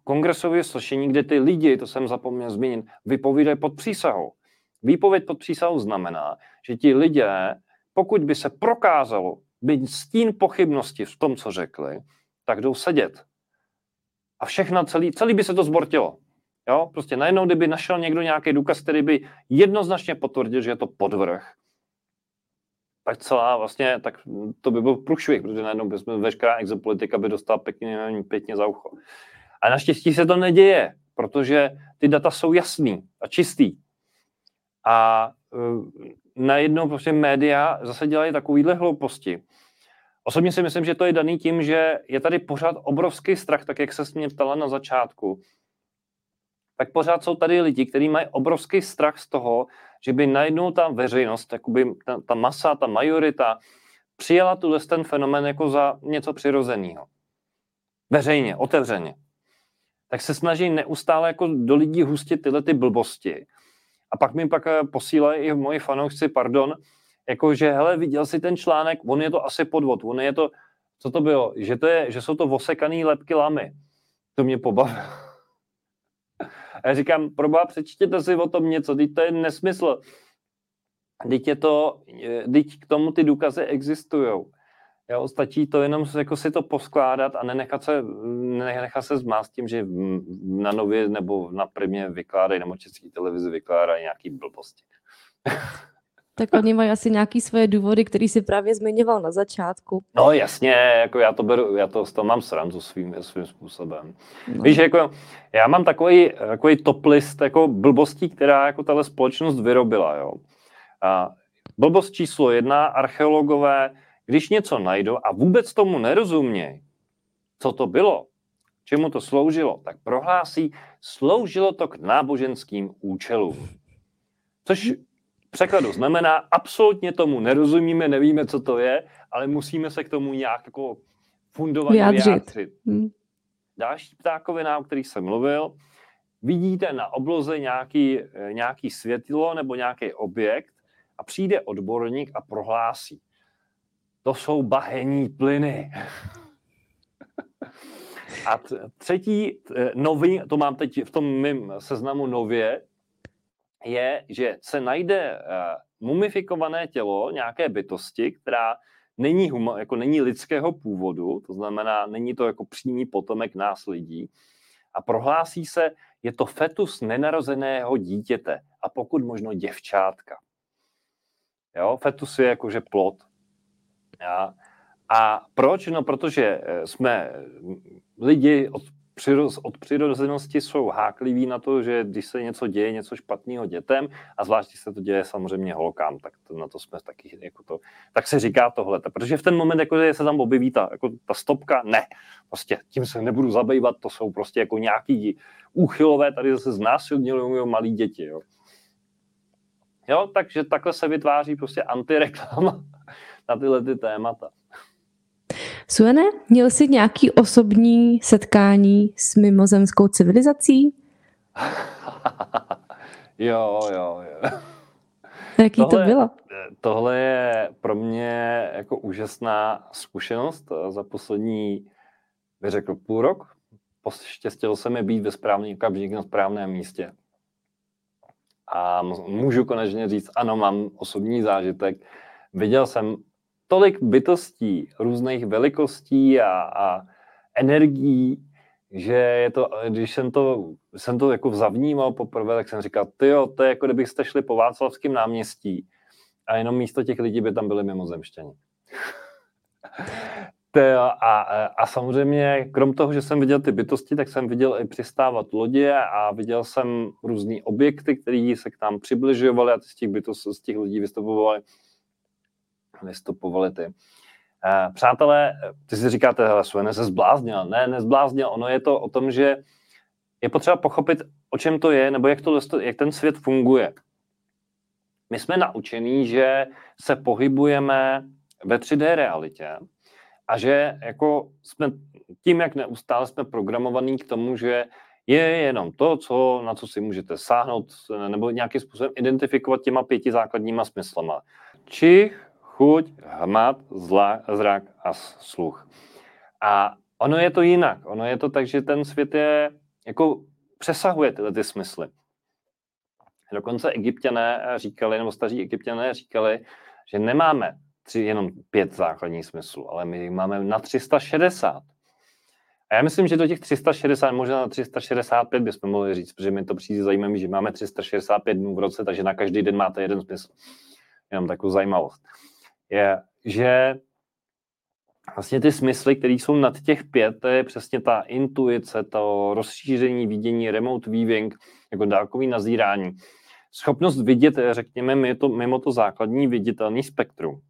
kongresové slyšení, kde ty lidi, to jsem zapomněl zmínit, vypovídají pod přísahou. Výpověď pod přísahou znamená, že ti lidé, pokud by se prokázalo být stín pochybnosti v tom, co řekli, tak jdou sedět. A všechno, celý by se to zbortilo. Jo? Prostě najednou, kdyby našel někdo nějaký důkaz, který by jednoznačně potvrdil, že je to podvrh, tak celá vlastně, tak to by byl průšvih, protože najednou by veškerá exopolitika by dostala pěkně za ucho. A naštěstí se to neděje, protože ty data jsou jasný a čistý. A najednou prostě média zase dělají takovýhle hlouposti. Osobně si myslím, že to je daný tím, že je tady pořád obrovský strach, tak jak se mě ptala na začátku, tak pořád jsou tady lidi, kteří mají obrovský strach z toho, že by najednou ta veřejnost, jakoby ta masa, ta majorita, přijala ten fenomén jako za něco přirozeného. Veřejně, otevřeně. Tak se snaží neustále jako do lidí hustit tyhle ty blbosti. A pak mi posílají i moji fanoušci, jako že hele, viděl jsi ten článek, on je to asi podvod, on je to, co to bylo, že jsou to osekaný lebky lamy. To mě pobavilo. A já říkám, proboha, přečtěte si o tom něco, teď to je nesmysl. Teď k tomu ty důkazy existují. Stačí to jenom jako si to poskládat a nenechat se zmást tím, že na Nově nebo na Primě vykládají, nebo České televizi vykládají nějaký blbosti. Tak oni mají asi nějaké svoje důvody, který si právě zmiňoval na začátku. No jasně, jako já to z toho mám srandu svým způsobem. No. Víš, jako já mám takový top list jako blbostí, která jako tahle společnost vyrobila. Jo. A blbost číslo 1, archeologové, když něco najdou a vůbec tomu nerozumějí, co to bylo, čemu to sloužilo, tak prohlásí, sloužilo to k náboženským účelům. Což v překladu znamená, absolutně tomu nerozumíme, nevíme, co to je, ale musíme se k tomu nějak jako fundovaně vyjádřit. Další ptákovina, o kterých jsem mluvil, vidíte na obloze nějaký světlo nebo nějaký objekt a přijde odborník a prohlásí. To jsou bahenní plyny. A třetí nový, to mám teď v tom mým seznamu nově, je, že se najde mumifikované tělo nějaké bytosti, která není lidského původu, to znamená, není to jako přímý potomek nás lidí, a prohlásí se, je to fetus nenarozeného dítěte a pokud možno děvčátka. Jo? Fetus je jakože plod. Ja? A proč? No, protože jsme lidi od přirozenosti jsou hákliví na to, že když se něco děje, něco špatného dětem, a zvlášť, když se to děje samozřejmě holkám, tak na to jsme taky, jako to, tak se říká tohle. Protože v ten moment, jako, že se tam objeví ta stopka, ne, prostě tím se nebudu zabývat, to jsou prostě jako nějaký úchylové, tady zase znásilňují malí děti, jo. Jo, takže takhle se vytváří prostě antireklama na tyhle ty témata. Suene, měl jsi nějaký osobní setkání s mimozemskou civilizací? Jo. Jaký to bylo? Tohle je pro mě jako úžasná zkušenost za poslední, bych řekl, půl rok. Poštěstilo se mi být ve správný okamžik na správném místě. A můžu konečně říct, ano, mám osobní zážitek. Viděl jsem tolik bytostí, různých velikostí a energií, že je to, když jsem to jako zavnímal poprvé, tak jsem říkal, tyjo, to je jako kdybyste šli po Václavském náměstí a jenom místo těch lidí by tam byli mimozemšťani. A samozřejmě, krom toho, že jsem viděl ty bytosti, tak jsem viděl i přistávat lodě a viděl jsem různý objekty, které se k nám přibližovaly a z těch lidí vystupovali ty. Přátelé, ty si říkáte, hele, Suene se zbláznil. Ne, nezbláznil. Ono je to o tom, že je potřeba pochopit, o čem to je, nebo jak ten svět funguje. My jsme naučení, že se pohybujeme ve 3D realitě a že jako jsme tím, jak neustále jsme programovaní k tomu, že je jenom to, na co si můžete sáhnout nebo nějakým způsobem identifikovat těma 5 základníma smyslama. Čich, chuť, hmat, zrak a sluch. A ono je to jinak. Ono je to tak, že ten svět je jako přesahuje tyhle ty smysly. Dokonce Egypťané říkali, nebo staří Egypťané říkali, že nemáme jenom 5 základních smyslů, ale my máme na 360. A já myslím, že do těch 360, možná na 365 bychom mohli říct, protože mi to přijde zajímavé, že máme 365 dnů v roce, takže na každý den máte jeden smysl. Jenom takovou zajímavost. Je, že vlastně ty smysly, které jsou nad těch 5, to je přesně ta intuice, to rozšíření vidění, remote viewing, jako dálkový nazírání. Schopnost vidět, řekněme, mimo to základní viditelný spektrum.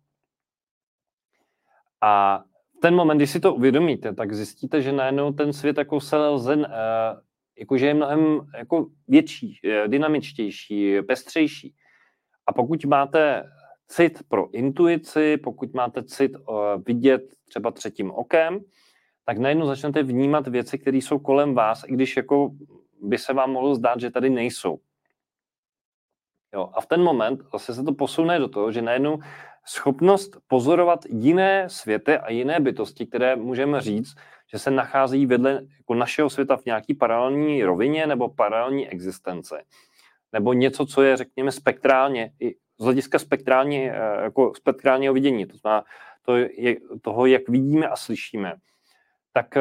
A v ten moment, když si to uvědomíte, tak zjistíte, že najednou ten svět jako se lze, jakože je mnohem jako větší, dynamičtější, pestřejší. A pokud máte cit pro intuici, pokud máte cit vidět třeba třetím okem, tak najednou začnete vnímat věci, které jsou kolem vás, i když jako by se vám mohlo zdát, že tady nejsou. Jo, a v ten moment zase se to posune do toho, že najednou schopnost pozorovat jiné světy a jiné bytosti, které můžeme říct, že se nachází vedle jako našeho světa v nějaký paralelní rovině nebo paralelní existence. Nebo něco, co je, řekněme, spektrálně, z hlediska spektrálního vidění, to znamená toho, jak vidíme a slyšíme, tak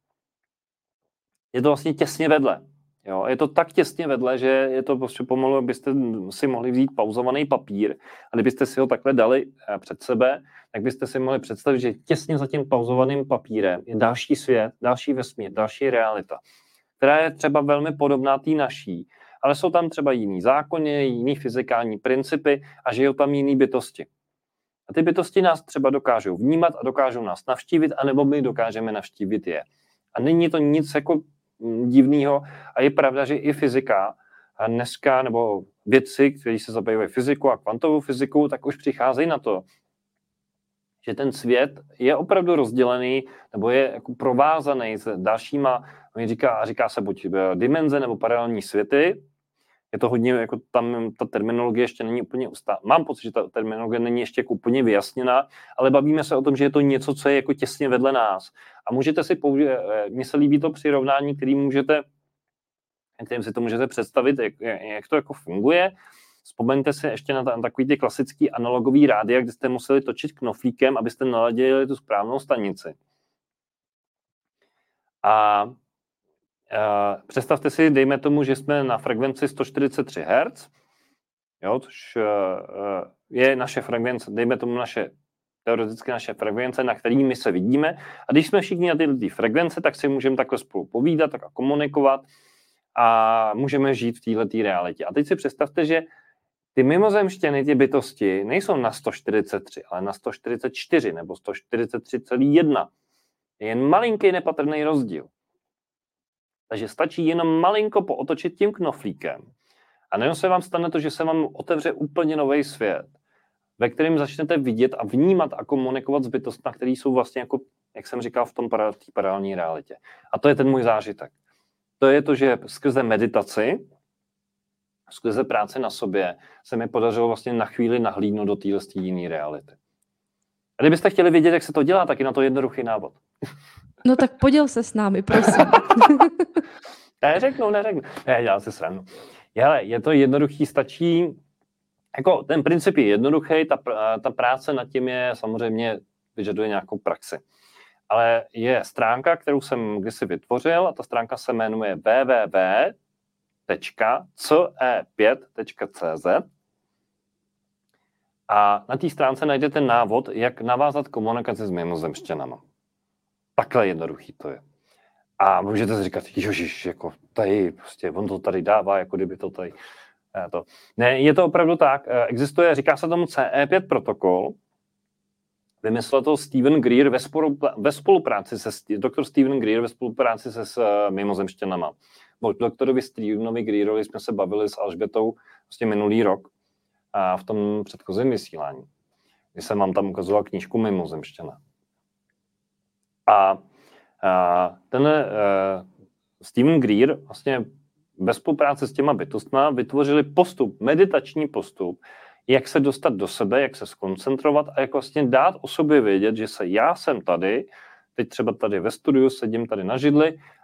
je to vlastně těsně vedle. Jo, je to tak těsně vedle, že je to prostě pomalu, abyste si mohli vzít pauzovaný papír a kdybyste si ho takhle dali před sebe, tak byste si mohli představit, že těsně za tím pauzovaným papírem je další svět, další vesmír, další realita, která je třeba velmi podobná té naší, ale jsou tam třeba jiný zákony, jiný fyzikální principy a žijou tam jiný bytosti. A ty bytosti nás třeba dokážou vnímat a dokážou nás navštívit, anebo my dokážeme navštívit je. A není to nic jako divného a je pravda, že i fyzika a dneska, nebo vědci, kteří se zabývají fyzikou a kvantovou fyzikou, tak už přicházejí na to, že ten svět je opravdu rozdělený nebo je jako provázaný s dalšíma, říká se buď dimenze nebo paralelní světy. Je to hodně, jako tam ta terminologie ještě není úplně mám pocit, že ta terminologie není ještě jako úplně vyjasněná, ale bavíme se o tom, že je to něco, co je jako těsně vedle nás. A můžete si mně se líbí to přirovnání, kterým si to můžete představit, jak to jako funguje. Vzpomeňte si ještě na takový ty klasický analogový rádia, kde jste museli točit knoflíkem, abyste naladili tu správnou stanici. A představte si, dejme tomu, že jsme na frekvenci 143 Hz, jo, což je naše frekvence, dejme tomu teoreticky naše frekvence, na kterými my se vidíme. A když jsme všichni na tyhle frekvence, tak si můžeme takhle spolu povídat, tak a komunikovat a můžeme žít v této realitě. A teď si představte, že ty mimozemštěny, ty bytosti, nejsou na 143, ale na 144 nebo 143,1. Je jen malinký nepatrný rozdíl. Takže stačí jenom malinko pootočit tím knoflíkem. A nejen se vám stane to, že se vám otevře úplně nový svět, ve kterém začnete vidět a vnímat a komunikovat s bytostmi, které jsou vlastně, jako, jak jsem říkal, v té paralelní realitě. A to je ten můj zážitek. To je to, že skrze meditaci, skrze práce na sobě, se mi podařilo vlastně na chvíli nahlídnout do téhle jiné reality. A kdybyste chtěli vědět, jak se to dělá, tak je na to jednoduchý návod. No tak poděl se s námi, prosím. Neřeknu. Já si srandu. Hele, je to jednoduchý, stačí, jako ten princip je jednoduchý, ta práce nad tím je samozřejmě, vyžaduje nějakou praxi. Ale je stránka, kterou jsem kdysi vytvořil a ta stránka se jmenuje www.ce5.cz a na té stránce najdete návod, jak navázat komunikaci s mimozemšťanama. Takhle jednoduchý to je. A můžete si říkat, jožiš, jako tady, prostě on to tady dává, jako kdyby to tady. Ne, je to opravdu tak. Existuje, říká se tomu CE5 protokol. Vymyslel to Stephen Greer ve spolupráci doktor Stephen Greer ve spolupráci se mimozemšťanama. O doktorovi Stevenovi Greerovi jsme se bavili s Alžbětou vlastně minulý rok a v tom předchozím vysílání, kdy jsem vám tam ukazoval knížku Mimozemšťana. A ten Stephen Greer vlastně ve spolupráci s těma bytostma vytvořili meditační postup, jak se dostat do sebe, jak se skoncentrovat a jak vlastně dát o sobě vědět, že já jsem tady, teď třeba tady ve studiu, sedím tady na židli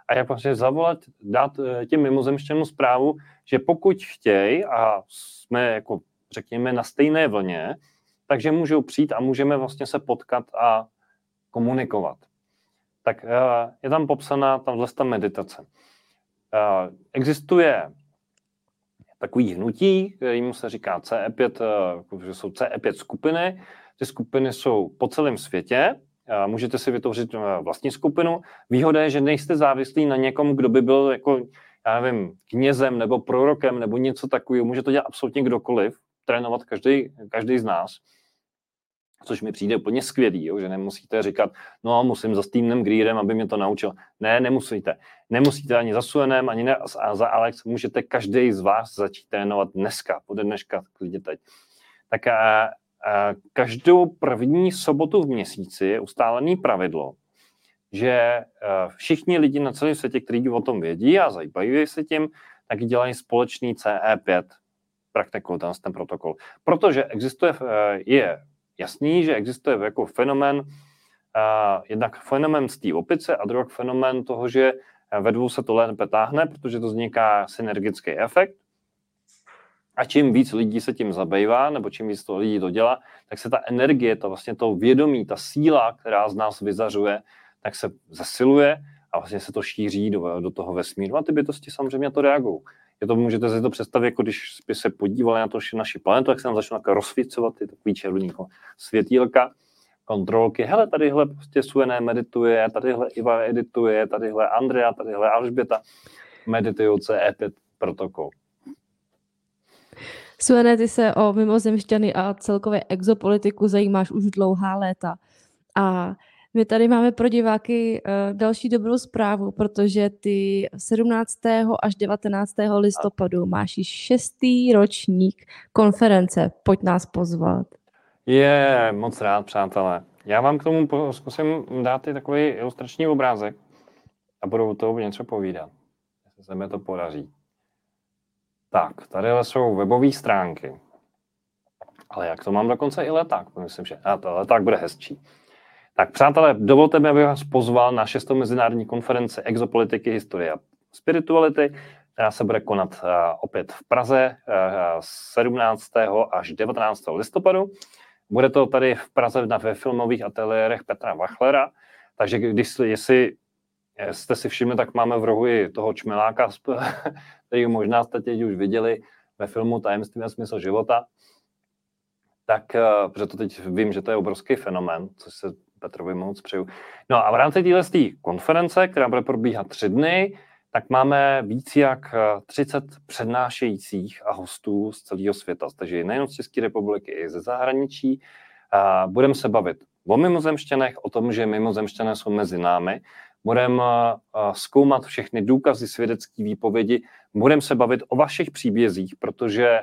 a jak vlastně zavolat, dát těm mimozemšťanům zprávu, že pokud chtějí a jsme jako řekněme na stejné vlně, takže můžou přijít a můžeme vlastně se potkat a komunikovat. Tak je tam popsaná ta meditace. Existuje takový hnutí, kterému se říká CE5, že jsou CE5 skupiny. Ty skupiny jsou po celém světě. Můžete si vytvořit vlastní skupinu. Výhoda je, že nejste závislí na někom, kdo by byl jako, já nevím, knězem nebo prorokem nebo něco takového. Může to dělat absolutně kdokoliv, trénovat každý z nás. Což mi přijde úplně skvělý, jo? Že nemusíte říkat, no musím za Stevenem Greerem, aby mě to naučil. Ne, nemusíte. Nemusíte ani za Suenem, ani za Alex. Můžete každý z vás začít trénovat dneska, ode dneška, klidně teď. Tak každou první sobotu v měsíci je ustálený pravidlo, že všichni lidi na celém světě, kteří o tom vědí a zajímají se tím, tak dělají společný CE5 praktikul, ten protokol. Protože je jasný, že existuje jako fenomén, jednak fenomén z té opice a druhý fenomén toho, že ve dvou se to lépe táhne, protože to vzniká synergický efekt. A čím víc lidí se tím zabývá, nebo čím víc to lidí to dělá, tak se ta energie, to vědomí, ta síla, která z nás vyzařuje, tak se zesiluje a vlastně se to šíří do toho vesmíru. A ty bytosti samozřejmě to reagují. Můžete si to představit, jako když by se podívali na to naši planetu, jak se nám začnou rozsvícovat ty takový červený světýlka, kontrolky. Hele, tadyhle prostě Suené medituje, tadyhle Iva edituje, tadyhle Andrea, tadyhle Alžběta meditují CE5 protokol. Suené, ty se o mimozemšťany a celkově exopolitiku zajímáš už dlouhá léta. A my tady máme pro diváky další dobrou zprávu, protože ty 17. až 19. listopadu máš již 6. ročník konference. Pojď nás pozvat. Je moc rád, přátelé. Já vám k tomu zkusím dát i takový ilustrační obrázek a budu toho něco povídat, jestli se mi to podaří. Tak, tady jsou webové stránky. Ale jak to mám dokonce i leták? Myslím, že leták bude hezčí. Tak přátelé, dovolte mi, abych vás pozval na 6. mezinárodní konferenci exopolitiky, historie a spirituality, která se bude konat opět v Praze 17. až 19. listopadu. Bude to tady v Praze ve filmových ateliérech Petra Wachlera, takže jestli jste si všimli, tak máme v rohu i toho čmeláka, který možná jste teď už viděli ve filmu Tajemství a smysl života. Tak, protože to teď vím, že to je obrovský fenomén, což se Petrovi moc přeju. No a v rámci téhle konference, která bude probíhat 3 dny, tak máme víc jak 30 přednášejících a hostů z celého světa, takže nejen z České republiky, i ze zahraničí. Budeme se bavit o mimozemšťanech, o tom, že mimozemšťané jsou mezi námi. Budeme zkoumat všechny důkazy, svědecké výpovědi. Budeme se bavit o vašich příbězích, protože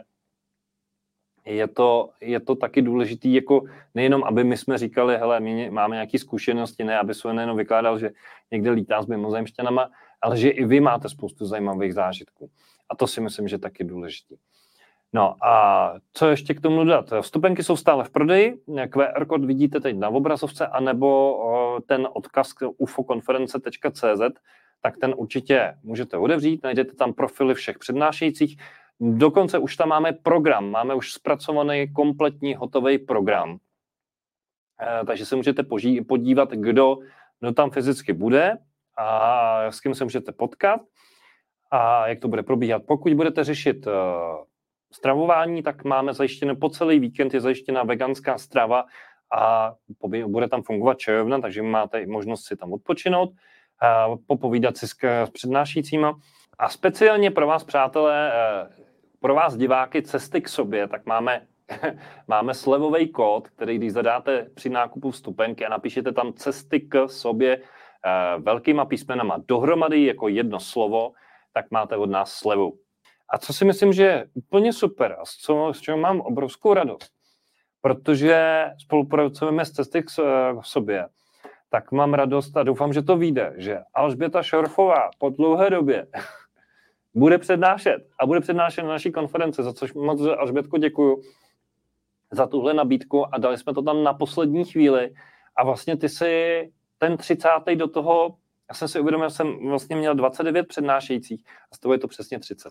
je to taky důležitý, jako nejenom, aby my jsme říkali, hele, my máme nějaké zkušenosti, ne, aby se nejenom vykládal, že někde lítá s mimozemšťanama, ale že i vy máte spoustu zajímavých zážitků. A to si myslím, že je taky důležitý. No a co ještě k tomu dodat? Vstupenky jsou stále v prodeji, QR kód vidíte teď na obrazovce, anebo ten odkaz ufokonference.cz, tak ten určitě můžete otevřít, najdete tam profily všech přednášejících. Dokonce už tam máme program, máme už zpracovaný kompletní hotový program. Takže se můžete podívat, kdo tam fyzicky bude a s kým se můžete potkat a jak to bude probíhat. Pokud budete řešit stravování, tak máme zajištěno po celý víkend, je zajištěna veganská strava a bude tam fungovat čajovna, takže máte možnost si tam odpočinout, popovídat si s přednášícíma. A speciálně pro vás, přátelé, pro vás diváky Cesty k sobě, tak máme slevový kód, který když zadáte při nákupu vstupenky a napíšete tam Cesty k sobě velkýma písmenama dohromady jako jedno slovo, tak máte od nás slevu. A co si myslím, že je úplně super a z čeho mám obrovskou radost, protože spolupracujeme s Cesty k sobě, tak mám radost a doufám, že to vyjde, že Alžběta Šorfová po dlouhé době bude přednášet a bude přednášet na naší konferenci, za což moc Alžbětko děkuju za tuhle nabídku a dali jsme to tam na poslední chvíli a vlastně ty si ten 30. do toho Já jsem si uvědomil, že jsem vlastně měl 29 přednášejících a z toho je to přesně 30.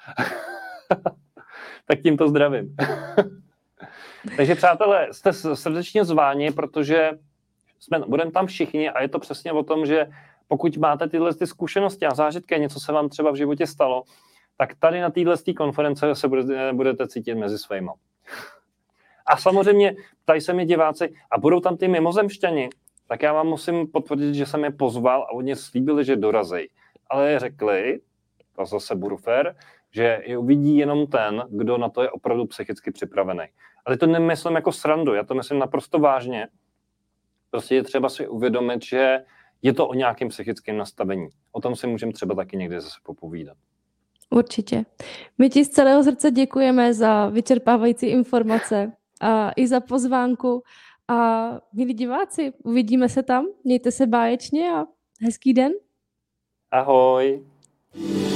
Tak tímto zdravím. Takže přátelé, jste srdečně zváni, protože budeme tam všichni a je to přesně o tom, že pokud máte tyhle zkušenosti a zážitky, něco se vám třeba v životě stalo, tak tady na téhle konference se budete cítit mezi svýma. A samozřejmě tady se mi diváci a budou tam ty mimozemšťani, tak já vám musím potvrdit, že jsem je pozval a oni slíbili, že dorazí. Ale řekli, to zase budu fér, že je uvidí jenom ten, kdo na to je opravdu psychicky připravený. Ale to nemyslím jako srandu, já to myslím naprosto vážně. Prostě je třeba si uvědomit, že je to o nějakém psychickém nastavení. O tom si můžeme třeba taky někdy zase popovídat. Určitě. My ti z celého srdce děkujeme za vyčerpávající informace a i za pozvánku. A milí diváci, uvidíme se tam, mějte se báječně a hezký den. Ahoj.